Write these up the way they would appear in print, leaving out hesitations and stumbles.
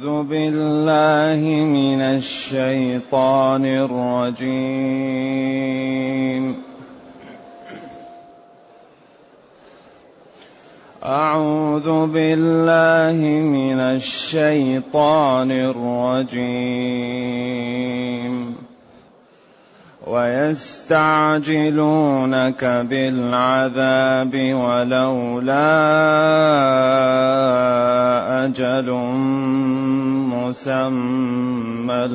أعوذ بالله من الشيطان الرجيم. أعوذ بالله من الشيطان الرجيم. ويستعجلونك بالعذاب ولولا أجل مسمى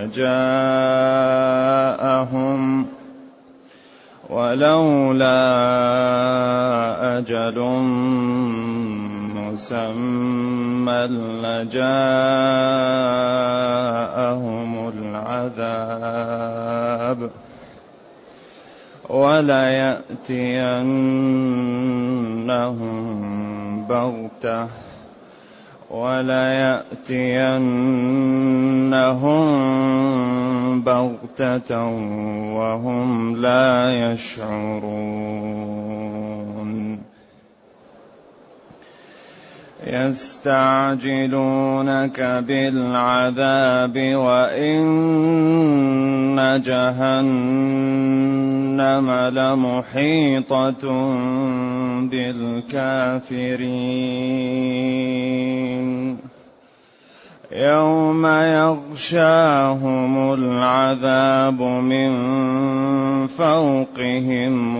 لجاءهم العذاب وليأتينهم بغتة وهم لا يشعرون. يستعجلونك بالعذاب وإن جهنم لمحيطة بالكافرين. يوم يغشاهم العذاب من فوقهم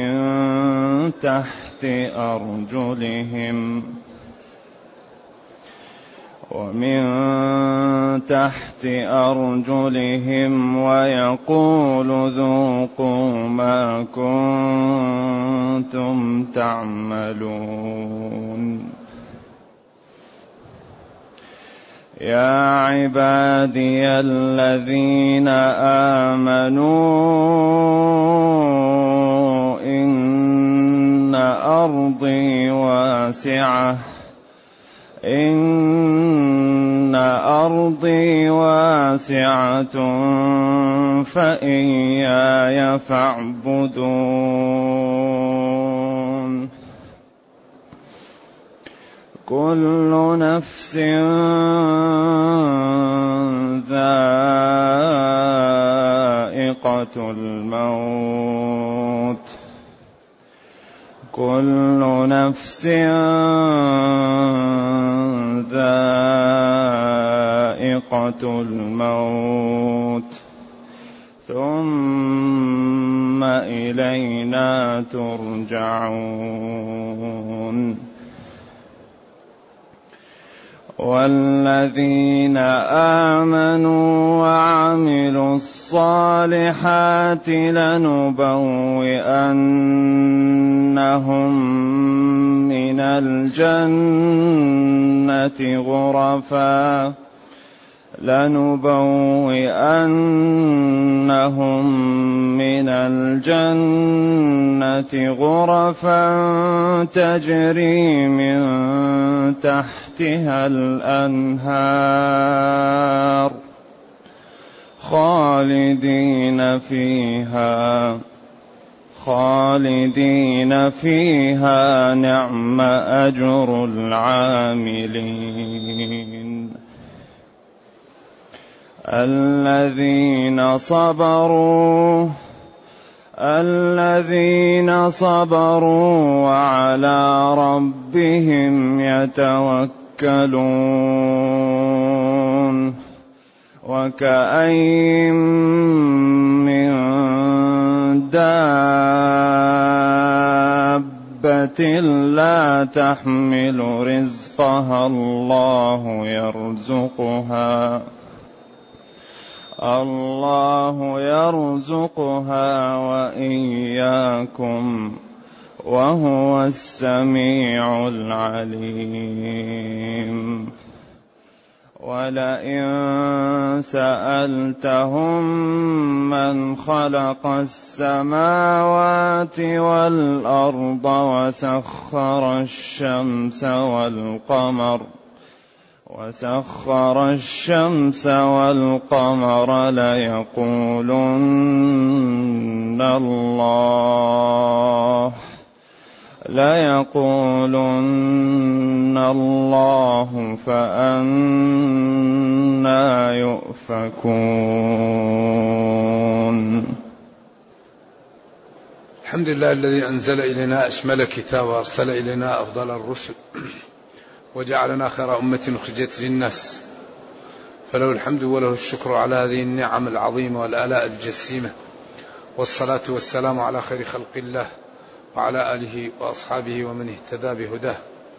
ومن تحت أرجلهم ويقول ذوقوا ما كنتم تعملون. يا عبادي الذين آمنوا إن أرضي واسعة فإياي فاعبدون. كل نفس ذائقة الموت ثم إلينا ترجعون. والذين آمنوا وعملوا الصالحات لنبوئنهم من الجنة غرفا تجري من تحتها الأنهار خالدين فيها نعم أجر العاملين. الذين صبروا وعلى ربهم يتوكلون. وكأين من دابة لا تحمل رزقها الله يرزقها وإياكم وهو السميع العليم. ولئن سألتهم من خلق السماوات والأرض وسخر الشمس والقمر ليقولن الله فأنى يؤفكون. الحمد لله الذي أنزل إلينا أشمل كتاب وأرسل إلينا أفضل الرسل وجعلنا خير أمة أخرجت للناس، فله الحمد وله الشكر على هذه النعم العظيمة والآلاء الجسيمة، والصلاة والسلام على خير خلق الله وعلى آله وأصحابه ومن اهتدى بهداه.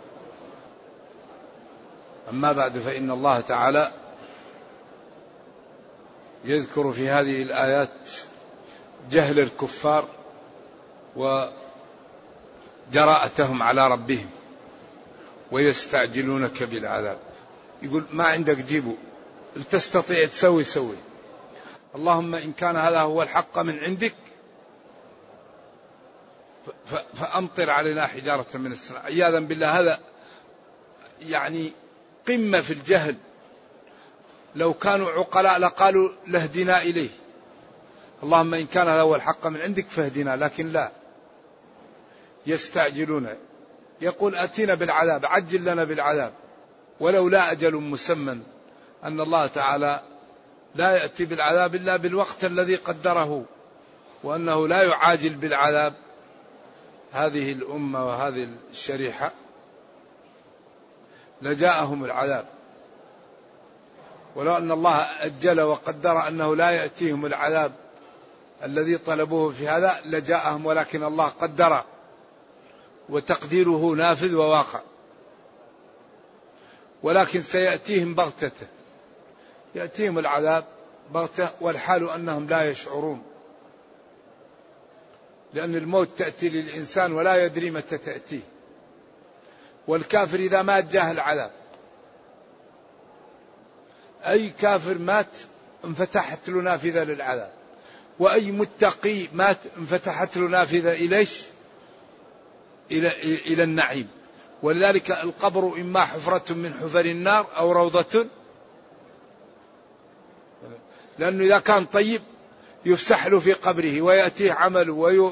أما بعد، فإن الله تعالى يذكر في هذه الآيات جهل الكفار وجراءتهم على ربهم، ويستعجلونك بالعذاب. يقول ما عندك جيبه، تستطيع تسوي سوي، اللهم إن كان هذا هو الحق من عندك فأمطر علينا حجارة من السماء. عياذا بالله، هذا يعني قمة في الجهل. لو كانوا عقلاء لقالوا لاهدنا إليه، اللهم إن كان هذا هو الحق من عندك فاهدنا، لكن لا، يستعجلون، يقول أتينا بالعذاب، عجل لنا بالعذاب، ولولا أجل مسمى، أن الله تعالى لا يأتي بالعذاب إلا بالوقت الذي قدره، وأنه لا يعاجل بالعذاب هذه الأمة وهذه الشريحة لجاءهم العذاب. ولو أن الله أجل وقدر أنه لا يأتيهم العذاب الذي طلبوه في هذا لجاءهم، ولكن الله قدر وتقديره نافذ وواقع، ولكن سيأتيهم بغتة، يأتيهم العذاب بغتة والحال أنهم لا يشعرون، لأن الموت تأتي للإنسان ولا يدري متى تأتيه. والكافر إذا مات جاه العذاب، أي كافر مات انفتحت له نافذة للعذاب، وأي متقي مات انفتحت له نافذة إليش؟ إلى النعيم. ولذلك القبر إما حفرة من حفر النار أو روضة، لأنه إذا كان طيب يفسح له في قبره ويأتيه عمله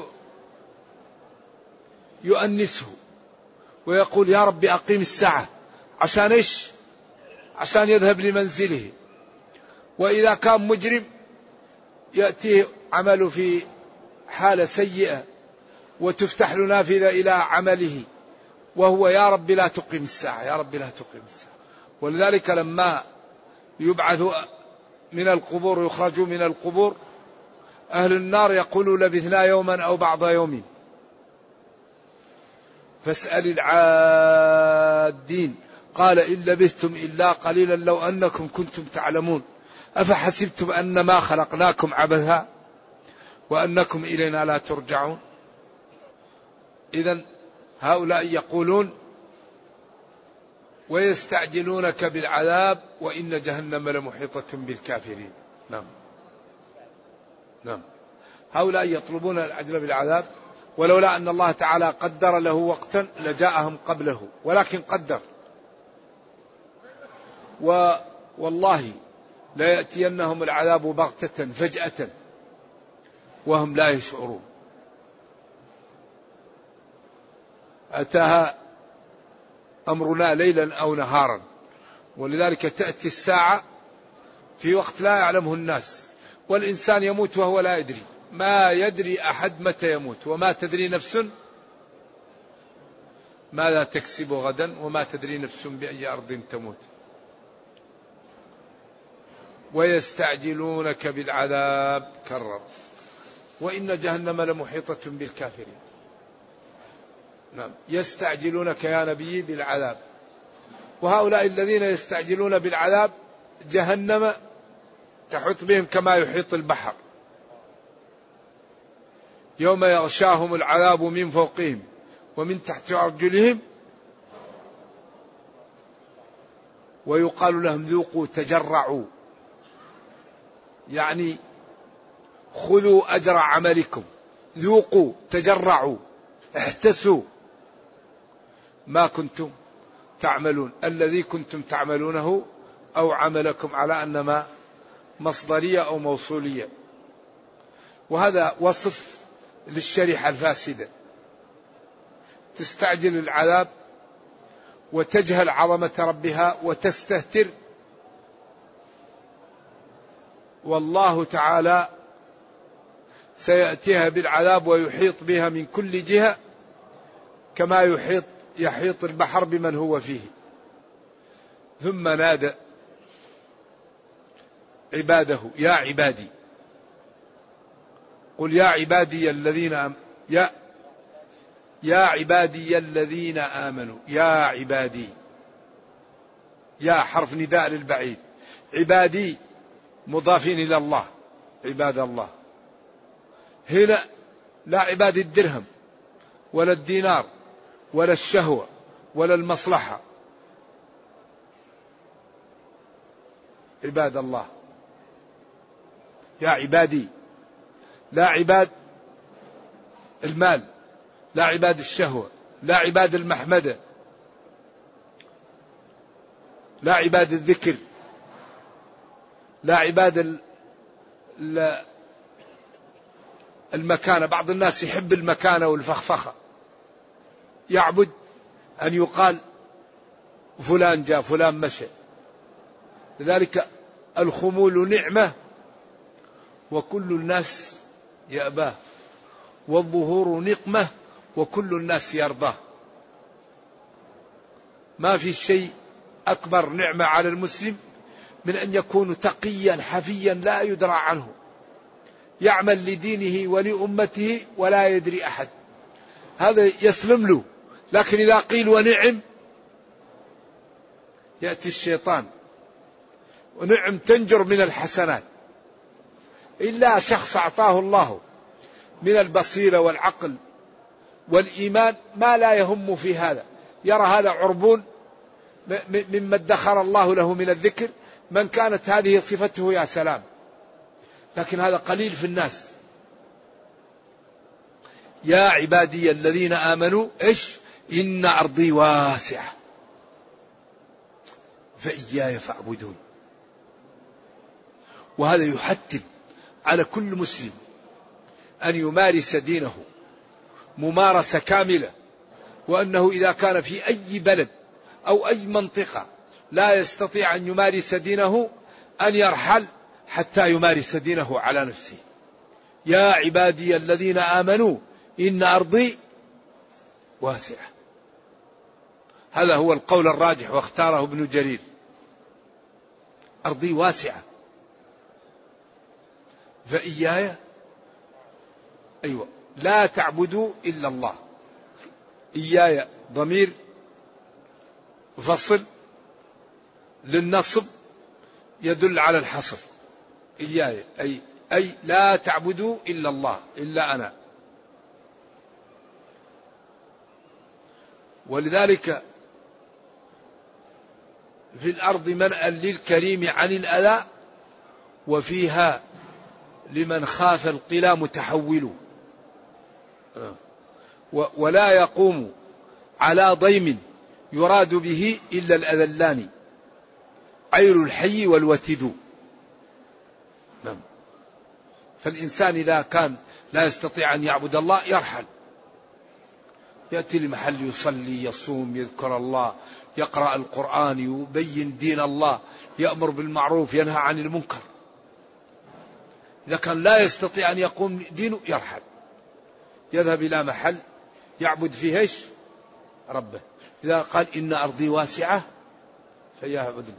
ويؤنسه ويقول يا رب أقيم الساعة، عشان إيش؟ عشان يذهب لمنزله. وإذا كان مجرم يأتيه عمله في حالة سيئة وتفتح له نافذة إلى عمله، وهو يا رب لا تقيم الساعة، يا رب لا تقيم الساعة. ولذلك لما يبعثوا من القبور، يخرجوا من القبور، أهل النار يقولوا لبثنا يوما أو بعض يوم، فاسأل العادين قال إن لبثتم إلا قليلا لو أنكم كنتم تعلمون أفحسبتم أنما خلقناكم عبثا وأنكم إلينا لا ترجعون. إذن هؤلاء يقولون ويستعجلونك بالعذاب وإن جهنم لمحيطة بالكافرين. نعم، هؤلاء يطلبون العجل بالعذاب، ولولا أن الله تعالى قدر له وقتا لجاءهم قبله، ولكن قدر. والله لا يأتينهم العذاب بغتة فجأة وهم لا يشعرون. أتاها أمرنا ليلا أو نهارا، ولذلك تأتي الساعة في وقت لا يعلمه الناس، والإنسان يموت وهو لا يدري، ما يدري أحد متى يموت، وما تدري نفس ماذا تكسب غدا، وما تدري نفس بأي أرض تموت. ويستعجلونك بالعذاب، كرر، وإن جهنم لمحيطة بالكافرين. نعم، يستعجلونك يا نبي بالعذاب، وهؤلاء الذين يستعجلون بالعذاب جهنم تحط بهم كما يحيط البحر، يوم يغشاهم العذاب من فوقهم ومن تحت أرجلهم ويقال لهم ذوقوا تجرعوا، يعني خذوا أجر عملكم، ذوقوا تجرعوا احتسوا ما كنتم تعملون، الذي كنتم تعملونه أو عملكم على أنما مصدرية أو موصولية. وهذا وصف للشريحة الفاسدة، تستعجل العذاب وتجهل عظمة ربها وتستهتر، والله تعالى سيأتيها بالعذاب ويحيط بها من كل جهة كما يحيط البحر بمن هو فيه. ثم نادى عباده يا عبادي، قل يا عبادي الذين يا عبادي الذين آمنوا، يا عبادي، يا حرف نداء للبعيد، عبادي مضافين إلى الله، عباد الله. هنا لا عباد الدرهم ولا الدينار ولا الشهوة ولا المصلحة، عباد الله. يا عبادي، لا عباد المال، لا عباد الشهوة، لا عباد المحمدة، لا عباد الذكر، لا عباد المكانة. بعض الناس يحب المكانة والفخفخة، يعبد أن يقال فلان جاء فلان مشى. لذلك الخمول نعمة وكل الناس يأباه، والظهور نقمة وكل الناس يرضاه. ما في شيء أكبر نعمة على المسلم من أن يكون تقيا حفيا لا يدرى عنه، يعمل لدينه ولأمته ولا يدري أحد، هذا يسلم له. لكن إذا قيل ونعم يأتي الشيطان، ونعم تنجر من الحسنات. إلا شخص أعطاه الله من البصيرة والعقل والإيمان ما لا يهم في هذا، يرى هذا عربون مما ادخر الله له من الذكر، من كانت هذه صفته يا سلام. لكن هذا قليل في الناس. يا عبادي الذين آمنوا إيش؟ إن أرضي واسعة فإياي فاعبدون. وهذا يحتم على كل مسلم أن يمارس دينه ممارسة كاملة، وأنه إذا كان في أي بلد أو أي منطقة لا يستطيع أن يمارس دينه أن يرحل حتى يمارس دينه على نفسه. يا عبادي الذين آمنوا إن أرضي واسعة. هذا هو القول الراجح واختاره ابن جرير، أرضي واسعة فإياي لا تعبدوا إلا الله. إياي ضمير فصل للنصب يدل على الحصر، إياي أي لا تعبدوا إلا الله، إلا أنا. ولذلك في الأرض منأى للكريم عن الأذى، وفيها لمن خاف القلا متحول. ولا يقوم على ضيم يراد به إلا الأذلان، عير الحي والوتد. فالإنسان إذا كان لا يستطيع أن يعبد الله يرحل، يأتي لمحل يصلي يصوم يذكر الله يقرأ القرآن يبين دين الله يأمر بالمعروف ينهى عن المنكر. إذا كان لا يستطيع أن يقوم دينه يرحل، يذهب إلى محل يعبد فيه إيش؟ ربه. إذا قال إن أرضي واسعة فيعبدون.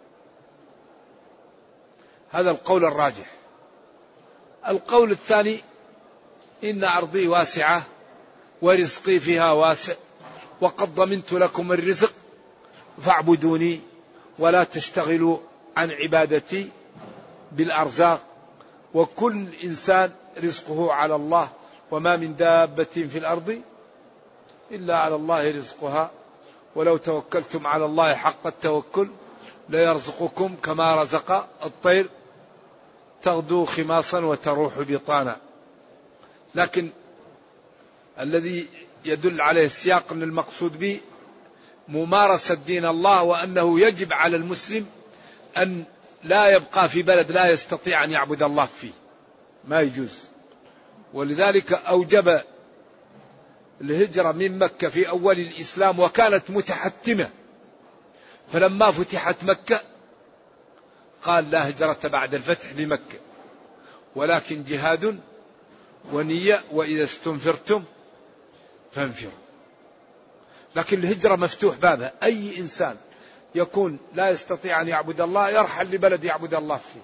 هذا القول الراجح. القول الثاني إن أرضي واسعة ورزقي فيها واسع وقد ضمنت لكم الرزق فاعبدوني ولا تشتغلوا عن عبادتي بالأرزاق، وكل إنسان رزقه على الله، وما من دابة في الأرض إلا على الله رزقها ولو توكلتم على الله حق التوكل ليرزقكم كما رزق الطير تغدو خماصا وتروح بطانا. لكن الذي يدل عليه السياق أن المقصود به ممارسة دين الله، وأنه يجب على المسلم أن لا يبقى في بلد لا يستطيع أن يعبد الله فيه، ما يجوز. ولذلك أوجب الهجرة من مكة في أول الإسلام وكانت متحتمة، فلما فتحت مكة قال لا هجرة بعد الفتح لمكة ولكن جهاد ونية وإذا استنفرتم فانفروا. لكن الهجرة مفتوح بابها، أي إنسان يكون لا يستطيع أن يعبد الله يرحل لبلد يعبد الله فيه.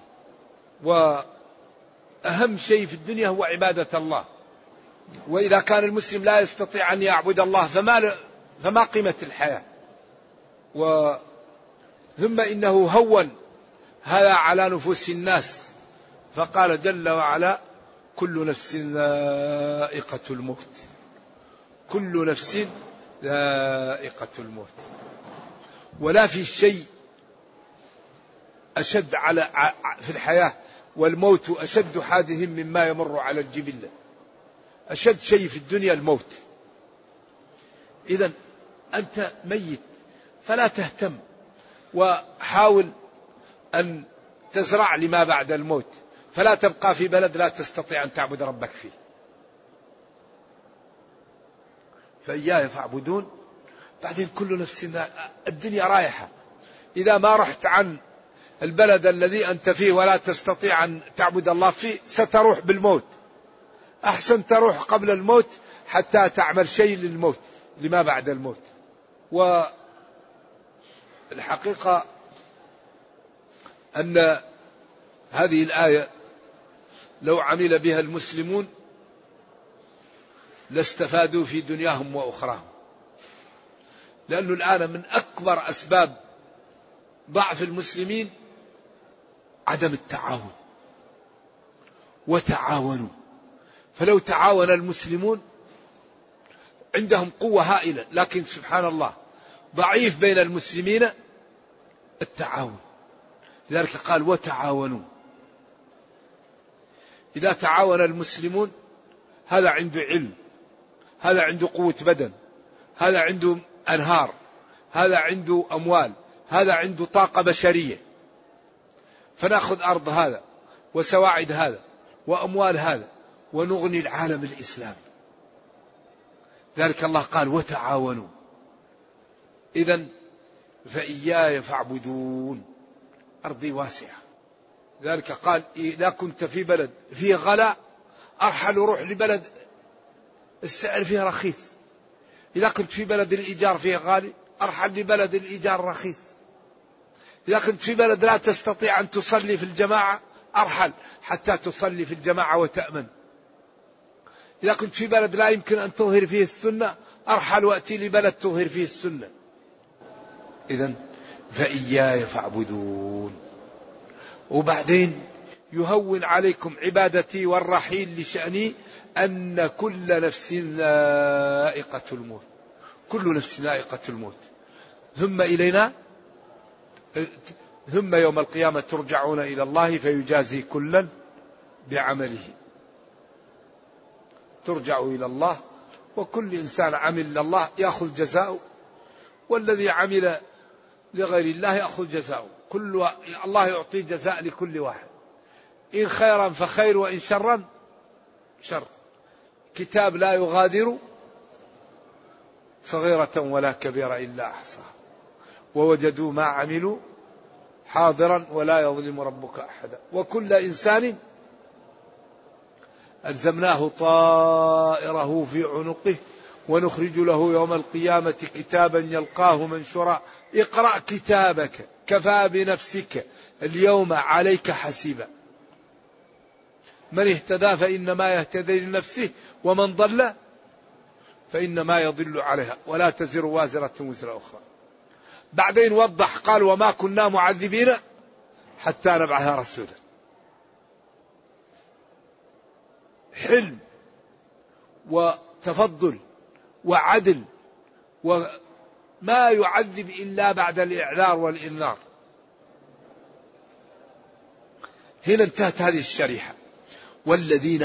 وأهم شيء في الدنيا هو عبادة الله، وإذا كان المسلم لا يستطيع أن يعبد الله فما قيمة الحياة. ثم إنه هون هذا على نفوس الناس، فقال جل وعلا كل نفس ذائقة الموت، كل نفس ذائقة الموت. ولا في شيء أشد في الحياة والموت أشد حادث مما يمر على الجبلة. أشد شيء في الدنيا الموت. إذن أنت ميت فلا تهتم، وحاول أن تزرع لما بعد الموت، فلا تبقى في بلد لا تستطيع أن تعبد ربك فيه. فإياي فاعبدون. بعدين كل نفس، الدنيا رايحة، إذا ما رحت عن البلد الذي أنت فيه ولا تستطيع أن تعبد الله فيه ستروح بالموت. أحسن تروح قبل الموت حتى تعمل شيء للموت لما بعد الموت. والحقيقة أن هذه الآية لو عمل بها المسلمون لاستفادوا في دنياهم وأخراهم، لأنه الآن من أكبر أسباب ضعف المسلمين عدم التعاون. وتعاونوا، فلو تعاون المسلمون عندهم قوة هائلة، لكن سبحان الله ضعيف بين المسلمين التعاون. لذلك قال وتعاونوا. إذا تعاون المسلمون، هذا عنده علم، هذا عنده قوة بدن، هذا عنده أنهار، هذا عنده أموال، هذا عنده طاقة بشرية، فنأخذ أرض هذا وسواعد هذا وأموال هذا ونغني العالم الإسلامي. ذلك الله قال وتعاونوا. إذن فإياي فاعبدون. أرضي واسعة. ذلك قال إذا كنت في بلد فيه غلاء أرحل روح لبلد السعر فيه رخيص. إذا كنت في بلد الإيجار فيه غالي أرحل لبلد الإيجار رخيص. إذا كنت في بلد لا تستطيع أن تصلي في الجماعة أرحل حتى تصلي في الجماعة وتأمن. إذا كنت في بلد لا يمكن أن تظهر فيه السنة أرحل وأتي لبلد تظهر فيه السنة. إذن فإياي فاعبدون. وبعدين يهون عليكم عبادتي والرحيل لشأني أن كل نفس ذائقة الموت. كل نفس ذائقة الموت. ثم إلينا، ثم يوم القيامة ترجعون إلى الله فيجازي كلا بعمله. ترجعوا إلى الله وكل إنسان عمل لله يأخذ جزاؤه، والذي عمل لغير الله يأخذ جزاؤه. الله يعطي جزاء لكل واحد، إن خيرا فخير وإن شرا شر. كتاب لا يغادر صغيرة ولا كبيرة إلا أحصاها ووجدوا ما عملوا حاضرا ولا يظلم ربك أحدا. وكل إنسان ألزمناه طائره في عنقه ونخرج له يوم القيامة كتابا يلقاه منشورا اقرأ كتابك كفى بنفسك اليوم عليك حسيبا. من اهتدى فإنما يهتدي لنفسه ومن ضل فإنما يضل عليها ولا تزر وازرة وزر أخرى. بعدين وضح قال وما كنا معذبين حتى نبعث رسولا. حلم وتفضل وعدل، وما يعذب إلا بعد الإعذار والإنذار. هنا انتهت هذه الشريحة. والذين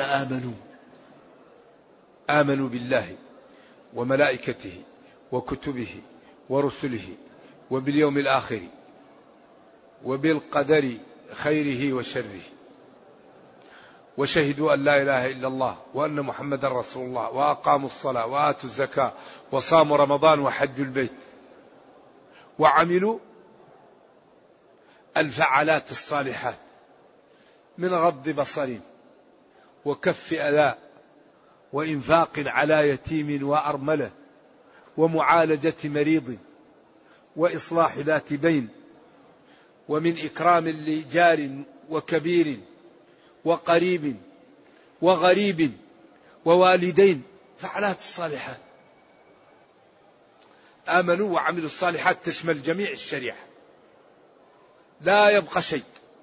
آمنوا بالله وملائكته وكتبه ورسله وباليوم الآخر وبالقدر خيره وشره وشهدوا أن لا إله إلا الله وأن محمد رسول الله وأقاموا الصلاة وآتوا الزكاة وصاموا رمضان وحجوا البيت وعملوا الفعالات الصالحات من غض بصر وكف أذى وإنفاق على يتيم وأرملة ومعالجة مريض وإصلاح ذات بين ومن إكرام لجار وكبير وقريب وغريب ووالدين، فعلات الصالحات. آمنوا وعملوا الصالحات تشمل جميع الشريعة، لا يبقى شيء.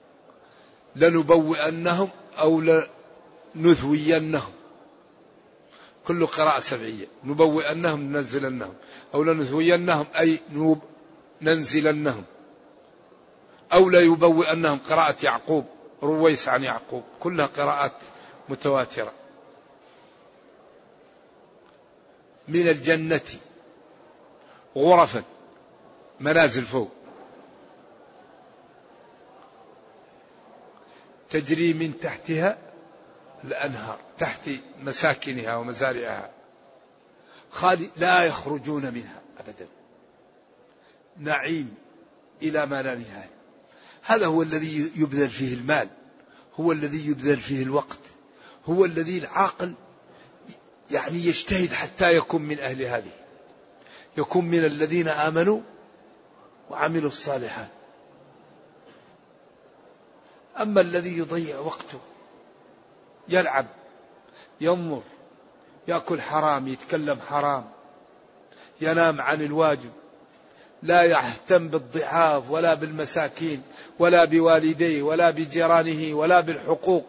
لنبوئنهم أو لنثوينهم، كل قراءة سبعية. نبوئنهم ننزلنهم، أو لنثوينهم أي ننزلنهم، أو ليبوئنهم قراءة يعقوب رويس عن يعقوب، كلها قراءات متواترة. من الجنة غرفا، منازل فوق، تجري من تحتها الأنهار، تحت مساكنها ومزارعها، لا يخرجون منها أبدا، نعيم إلى ما لا نهاية. هذا هو الذي يبذل فيه المال، هو الذي يبذل فيه الوقت، هو الذي العاقل يعني يجتهد حتى يكون من أهل هذه، يكون من الذين آمنوا وعملوا الصالحات. أما الذي يضيع وقته يلعب، ينظر، يأكل حرام، يتكلم حرام، ينام عن الواجب، لا يهتم بالضعاف ولا بالمساكين ولا بوالديه ولا بجيرانه ولا بالحقوق،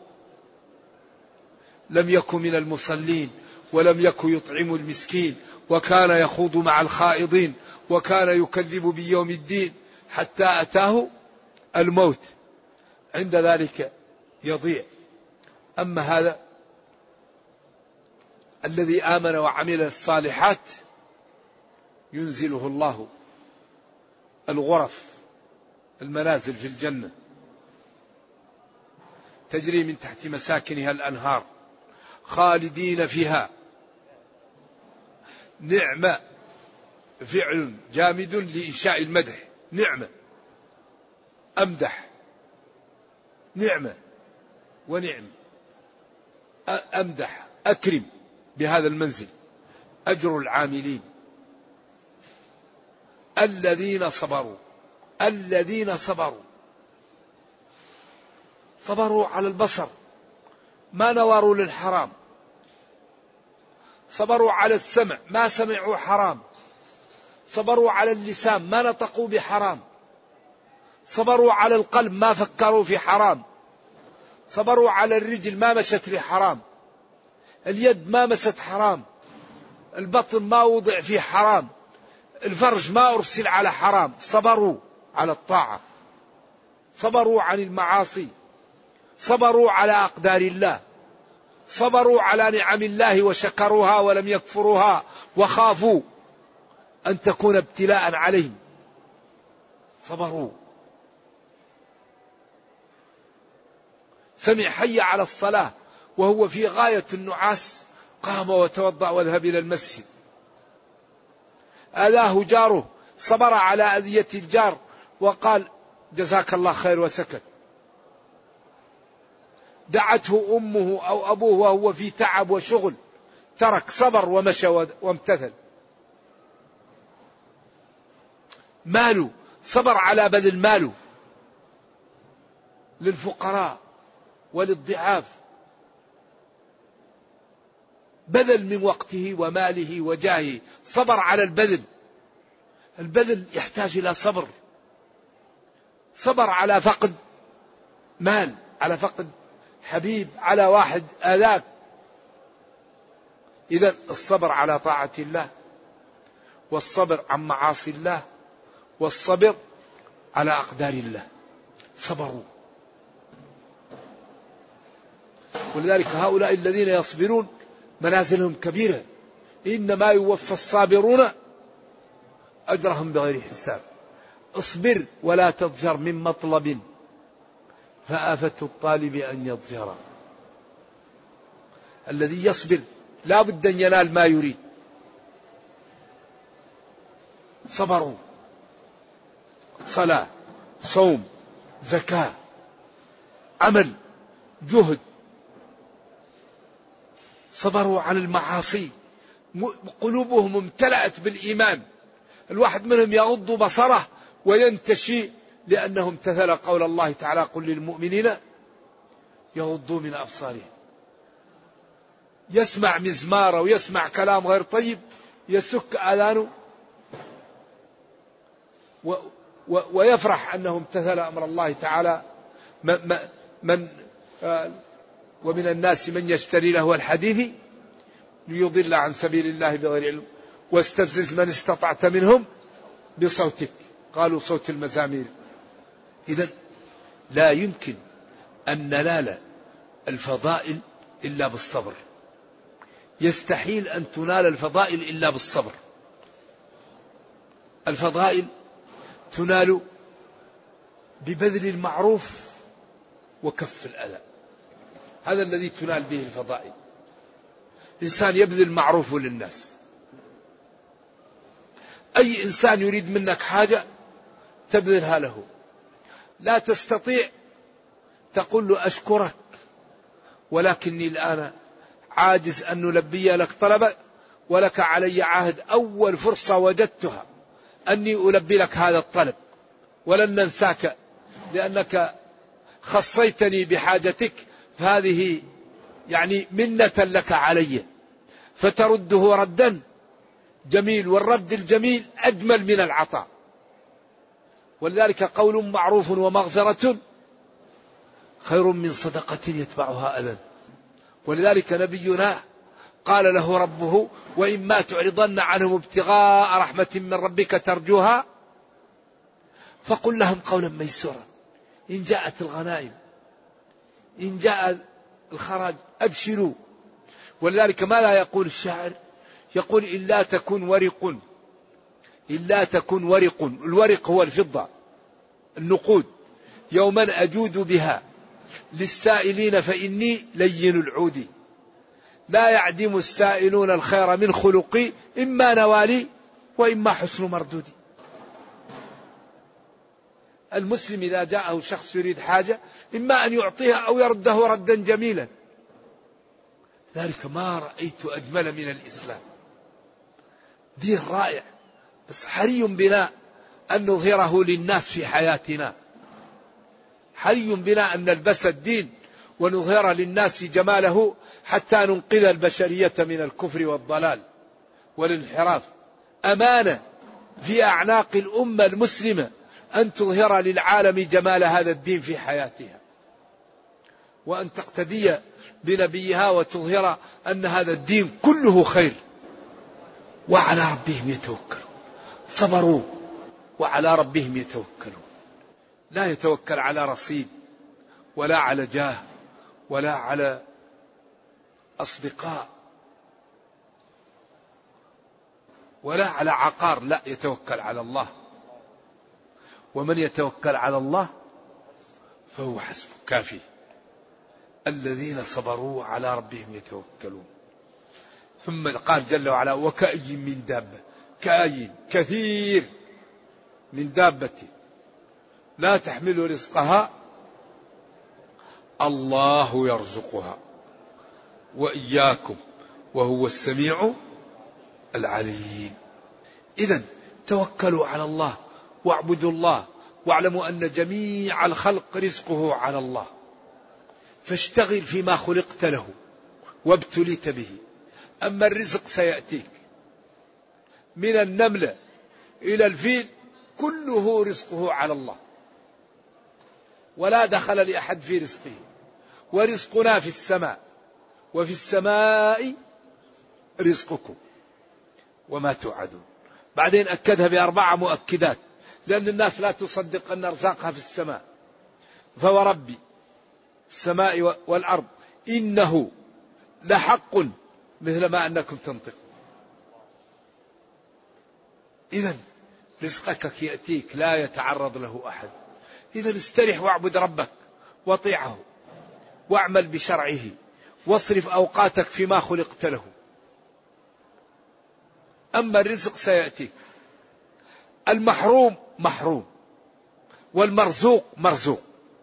لم يكن من المصلين ولم يكن يطعم المسكين، وكان يخوض مع الخائضين، وكان يكذب بيوم الدين حتى أتاه الموت، عند ذلك يضيع. أما هذا الذي آمن وعمل الصالحات ينزله الله الغرف، المنازل في الجنة، تجري من تحت مساكنها الأنهار خالدين فيها. نعمة فعل جامد لإنشاء المدح، نعمة، أمدح، نعمة ونعم، أمدح، أكرم بهذا المنزل. أجر العاملين الذين صبروا، الذين صبروا على البصر، ما نظروا للحرام، صبروا على السمع، ما سمعوا حرام، صبروا على اللسان، ما نطقوا بحرام، صبروا على القلب، ما فكروا في حرام، صبروا على الرجل، ما مشت لحرام، اليد ما مست حرام، البطن ما وضع في حرام، الفرج ما أرسل على حرام، صبروا على الطاعة، صبروا عن المعاصي، صبروا على أقدار الله، صبروا على نعم الله وشكروها ولم يكفروها، وخافوا أن تكون ابتلاء عليهم، صبروا. سمع حي على الصلاة وهو في غاية النعاس، قام وتوضأ وذهب إلى المسجد. آذاه جاره، صبر على أذية الجار وقال جزاك الله خير وسكت. دعته أمه أو أبوه وهو في تعب وشغل، ترك، صبر ومشى وامتثل. ماله، صبر على بذل ماله للفقراء وللضعاف، بذل من وقته وماله وجاهه، صبر على البذل. البذل يحتاج إلى صبر، صبر على فقد مال، على فقد حبيب، على واحد آذاك. إذن الصبر على طاعة الله، والصبر عن معاصي الله، والصبر على أقدار الله، صبروا. ولذلك هؤلاء الذين يصبرون منازلهم كبيرة، إنما يوفى الصابرون أجرهم بغير حساب. اصبر ولا تضجر من مطلب، فآفة الطالب أن يضجر. الذي يصبر لا بد أن ينال ما يريد. صبروا، صلاة، صوم، زكاة، عمل، جهد، صبروا على المعاصي، قلوبهم امتلأت بالإيمان. الواحد منهم يغض بصره وينتشي لأنه امتثل قول الله تعالى: قل للمؤمنين يغضوا من أبصارهم. يسمع مزمار ويسمع كلام غير طيب يسك آذانه ويفرح أنه امتثل أمر الله تعالى. ومن الناس من يشتري لهو الحديث ليضل عن سبيل الله بغير علم واستفزز من استطعت منهم بصوتك. قالوا صوت المزامير. إذن لا يمكن أن ننال الفضائل إلا بالصبر. يستحيل أن تنال الفضائل إلا بالصبر. الفضائل تنال ببذل المعروف وكف الأذى. هذا الذي تنال به الفضائل. إنسان يبذل معروفه للناس. أي إنسان يريد منك حاجة تبذلها له. لا تستطيع تقول له أشكرك ولكني الآن عاجز أن نلبي لك طلبك ولك علي عهد. أول فرصة وجدتها أني ألبي لك هذا الطلب ولن ننساك لأنك خصيتني بحاجتك، فهذه يعني منة لك علي، فترده ردا جميل، والرد الجميل أجمل من العطاء. ولذلك قول معروف ومغفرة خير من صدقة يتبعها أذى. ولذلك نبينا قال له ربه: وإما تعرضن عنهم ابتغاء رحمة من ربك ترجوها فقل لهم قولا ميسورا. إن جاءت الغنائم، إن جاء الخراج أبشروا. ولذلك ما لا يقول الشاعر؟ يقول: إلا تكن ورق، إلا تكن ورق. الورق هو الفضة، النقود. يوما أجود بها للسائلين فإني لين العود. لا يعدم السائلون الخير من خلقي، إما نوالي وإما حسن مردودي. المسلم إذا جاءه شخص يريد حاجة إما أن يعطيها أو يرده ردا جميلا. ذلك ما رأيت أجمل من الإسلام. دين رائع، بس حري بنا أن نظهره للناس في حياتنا. حري بنا أن نلبس الدين ونظهر للناس جماله حتى ننقذ البشرية من الكفر والضلال والانحراف. أمانة في أعناق الأمة المسلمة أن تظهر للعالم جمال هذا الدين في حياتها، وأن تقتدي بنبيها وتظهر أن هذا الدين كله خير. وعلى ربهم يتوكلون. صبروا وعلى ربهم يتوكلون. لا يتوكل على رصيد ولا على جاه ولا على أصدقاء ولا على عقار، لا، يتوكل على الله. ومن يتوكل على الله فهو حسبه، كافي. الذين صبروا على ربهم يتوكلون. ثم قال جل وعلا: وكأي من دابة. كأي، كثير من دابة لا تحمل رزقها الله يرزقها وإياكم وهو السميع العليم. إذن توكلوا على الله واعبدوا الله واعلموا أن جميع الخلق رزقه على الله. فاشتغل فيما خلقت له وابتليت به. أما الرزق سيأتيك من النملة إلى الفيل كله رزقه على الله، ولا دخل لأحد في رزقه. ورزقنا في السماء وفي السماء رزقكم وما توعدون. بعدين أكدها ب4 مؤكدات، لأن الناس لا تصدق أن أرزاقها في السماء. فوربي السماء والأرض إنه لحق مثل ما أنكم تنطقون. إذن رزقك يأتيك لا يتعرض له أحد. إذن استرح واعبد ربك واطيعه واعمل بشرعه واصرف أوقاتك فيما خلقت له. أما الرزق سيأتيك. المحروم محروم، والمرزوق مرزوق،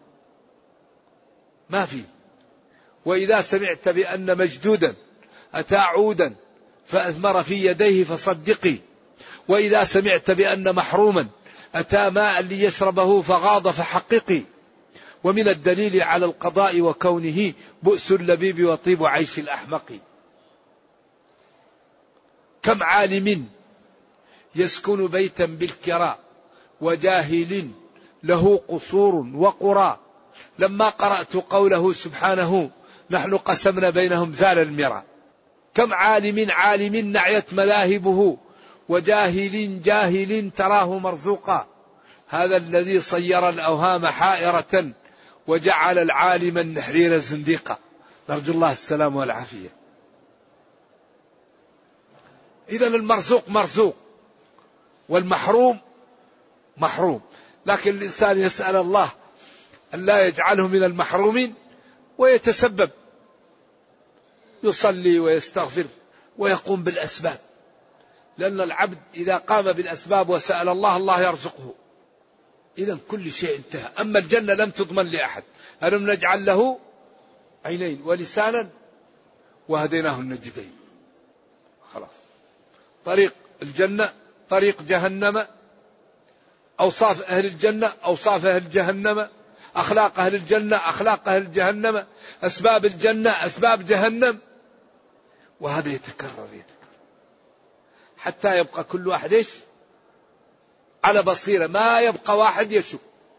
ما في. وإذا سمعت بأن مجدودا أتى عودا فأثمر في يديه فصدقي، وإذا سمعت بأن محروما أتى ماء ليشربه فغاض فحققي. ومن الدليل على القضاء وكونه بؤس اللبيب وطيب عيش الأحمق. كم عالم يسكن بيتا بالكراء وجاهل له قصور وقرى، لما قرأت قوله سبحانه نحن قسمنا بينهم زال المرى. كم عالم نعيت مذاهبه وجاهل جاهل تراه مرزوقا. هذا الذي صير الأوهام حائرة وجعل العالم النحرير زنديقا. نرجو الله السلام والعافية. إذن المرزوق مرزوق والمحروم محروم، لكن الإنسان يسأل الله أن لا يجعله من المحرومين ويتسبب، يصلي ويستغفر ويقوم بالأسباب، لأن العبد إذا قام بالأسباب وسأل الله الله يرزقه. إذن كل شيء انتهى. أما الجنة لم تضمن لأحد. ألم نجعل له عينين ولسانا وهديناه النجدين. خلاص، طريق الجنة طريق جهنم، أوصاف أهل الجنة أوصاف أهل جهنم، أخلاق أهل الجنة أخلاق أهل جهنم، أسباب الجنة أسباب جهنم، وهذا يتكرر حتى يبقى كل واحد على بصيرة، ما يبقى واحد يشك.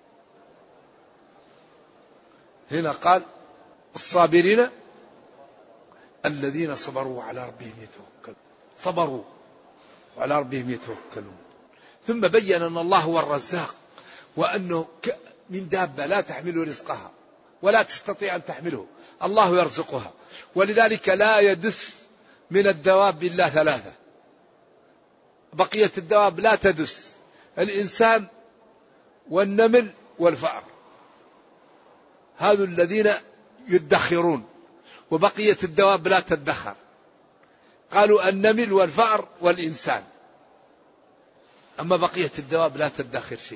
هنا قال الصابرين الذين صبروا على ربهم يتوكلون، صبروا وعلى ربهم يتوكلون. ثم بين أن الله هو الرزاق، وأنه من دابة لا تحمل رزقها ولا تستطيع أن تحمله، الله يرزقها. ولذلك لا يدس من الدواب إلا ثلاثة، بقية الدواب لا تدس: الإنسان والنمل والفأر، هذو الذين يدخرون، وبقية الدواب لا تدخر. قالوا النمل والفأر والإنسان، أما بقية الدواب لا تدخر شيء.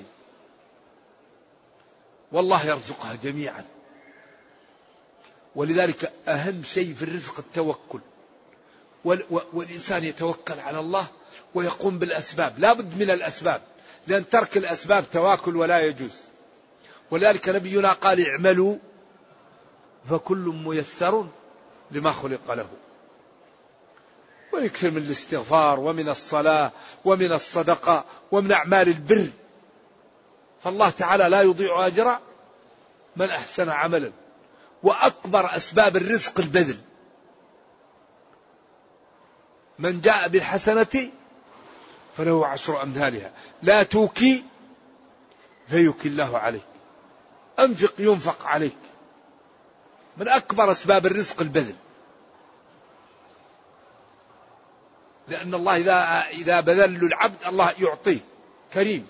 والله يرزقها جميعا. ولذلك أهم شيء في الرزق التوكل، والإنسان يتوكل على الله ويقوم بالأسباب. لا بد من الأسباب، لأن ترك الأسباب تواكل ولا يجوز. ولذلك نبينا قال اعملوا فكل ميسر لما خلق له. ويكثر من الاستغفار ومن الصلاة ومن الصدقة ومن أعمال البر، فالله تعالى لا يضيع أجر من أحسن عملا. وأكبر أسباب الرزق البذل. من جاء بالحسنة فله 10 أمثالها، لا توكي فيوكي الله عليك، أنفق ينفق عليك. من أكبر أسباب الرزق البذل، لأن الله إذا بذل العبد الله يعطيه، كريم.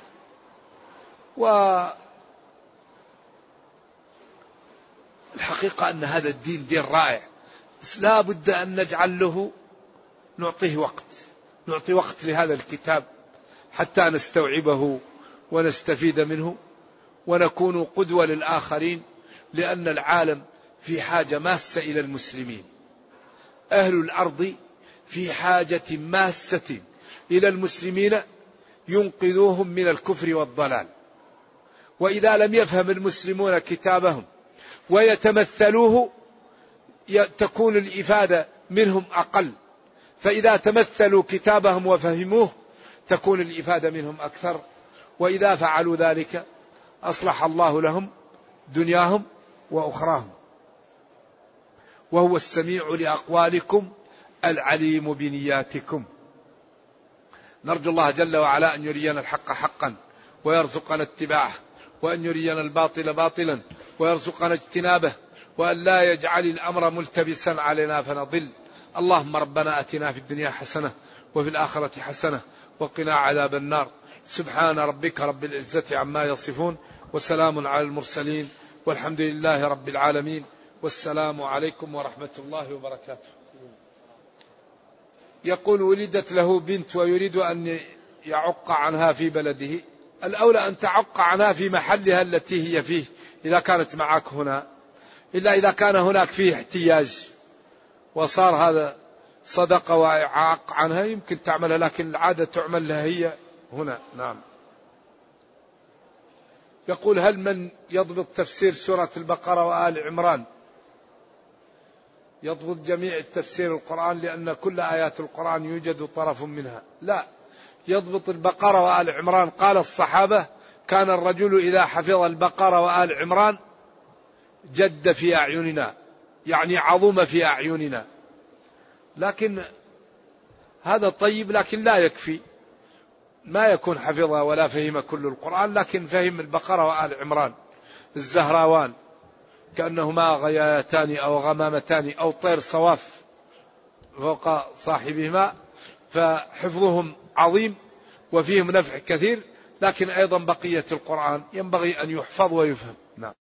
والحقيقة أن هذا الدين دين رائع، بس لا بد أن نجعل له، نعطيه وقت، نعطي وقت لهذا الكتاب حتى نستوعبه ونستفيد منه ونكون قدوة للآخرين. لأن العالم في حاجة ماسة إلى المسلمين، أهل الأرض في حاجة ماسة إلى المسلمين ينقذوهم من الكفر والضلال. وإذا لم يفهم المسلمون كتابهم ويتمثلوه تكون الإفادة منهم أقل، فإذا تمثلوا كتابهم وفهموه تكون الإفادة منهم أكثر. وإذا فعلوا ذلك أصلح الله لهم دنياهم وأخراهم، وهو السميع لأقوالكم العليم بنياتكم. نرجو الله جل وعلا أن يرينا الحق حقا ويرزقنا اتباعه، وأن يرينا الباطل باطلا ويرزقنا اجتنابه، وأن لا يجعل الأمر ملتبسا علينا فنضل. اللهم ربنا أتنا في الدنيا حسنة وفي الآخرة حسنة وقنا عذاب النار. سبحان ربك رب العزة عما يصفون، وسلام على المرسلين، والحمد لله رب العالمين. والسلام عليكم ورحمة الله وبركاته. يقول ولدت له بنت ويريد أن يعق عنها في بلده. الأولى أن تعق عنها في محلها التي هي فيه إذا كانت معك هنا، إلا إذا كان هناك فيه احتياج وصار هذا صدقة وعاق عنها يمكن تعملها، لكن العادة تعمل لها هي هنا. نعم. يقول هل من يضبط تفسير سورة البقرة وآل عمران يضبط جميع التفسير القرآن، لأن كل آيات القرآن يوجد طرف منها؟ لا، يضبط البقرة وآل عمران. قال الصحابة كان الرجل إذا حفظ البقرة وآل عمران جد في أعيننا، يعني عظم في أعيننا. لكن هذا طيب، لكن لا يكفي، ما يكون حفظها ولا فهم كل القرآن، لكن فهم البقرة وآل عمران. الزهراوان كأنهما غيايتان أو غمامتان أو طير صواف فوق صاحبهما، فحفظهم عظيم وفيهم نفع كثير، لكن أيضا بقية القرآن ينبغي أن يحفظ ويفهم. نعم.